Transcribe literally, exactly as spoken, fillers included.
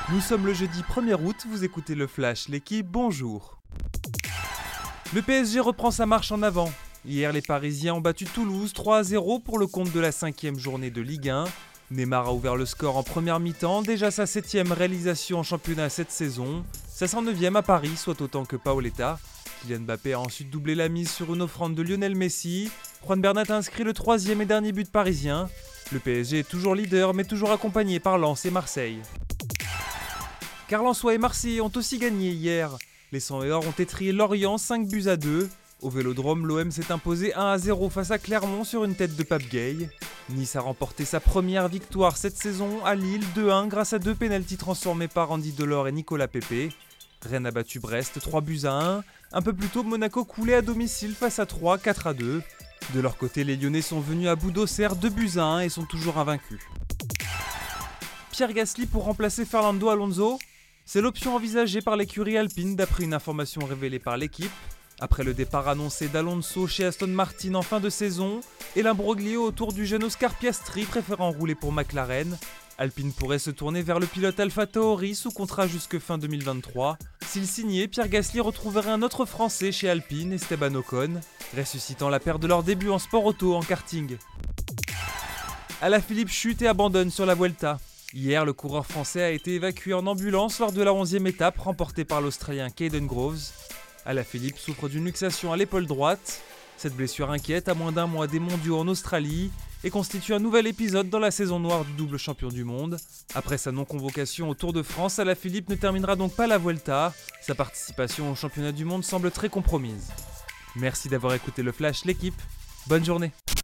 Nous sommes le jeudi premier août, vous écoutez le Flash, l'équipe, bonjour. Le P S G reprend sa marche en avant. Hier, les Parisiens ont battu Toulouse trois à zéro pour le compte de la cinquième journée de Ligue un. Neymar a ouvert le score en première mi-temps, déjà sa septième réalisation en championnat cette saison, sa cent neuvième à Paris, soit autant que Paoletta. Kylian Mbappé a ensuite doublé la mise sur une offrande de Lionel Messi. Juan Bernat a inscrit le troisième et dernier but parisien. Le P S G est toujours leader, mais toujours accompagné par Lens et Marseille. Car Lensois et Marseillais ont aussi gagné hier. Les cent et or ont étrié Lorient cinq buts à deux. Au Vélodrome, l'O M s'est imposé un à zéro face à Clermont sur une tête de Pape Gueye. Nice a remporté sa première victoire cette saison à Lille deux à un grâce à deux pénaltys transformés par Andy Delors et Nicolas Pepe. Rennes a battu Brest trois buts à un. Un peu plus tôt, Monaco coulait à domicile face à Troyes quatre à deux. De leur côté, les Lyonnais sont venus à bout d'Auxerre deux buts à un et sont toujours invaincus. Pierre Gasly pour remplacer Fernando Alonso? C'est l'option envisagée par l'écurie alpine d'après une information révélée par l'équipe. Après le départ annoncé d'Alonso chez Aston Martin en fin de saison et l'imbroglio autour du jeune Oscar Piastri préférant rouler pour McLaren, Alpine pourrait se tourner vers le pilote AlphaTauri sous contrat jusque fin deux mille vingt-trois. S'il signait, Pierre Gasly retrouverait un autre Français chez Alpine, Esteban Ocon, ressuscitant la paire de leur début en sport auto en karting. Alaphilippe chute et abandonne sur la Vuelta. Hier, le coureur français a été évacué en ambulance lors de la onzième étape remportée par l'Australien Caden Groves. Alaphilippe souffre d'une luxation à l'épaule droite. Cette blessure inquiète à moins d'un mois des mondiaux en Australie et constitue un nouvel épisode dans la saison noire du double champion du monde. Après sa non-convocation au Tour de France, Alaphilippe ne terminera donc pas la Vuelta. Sa participation au championnat du monde semble très compromise. Merci d'avoir écouté le Flash, l'équipe. Bonne journée.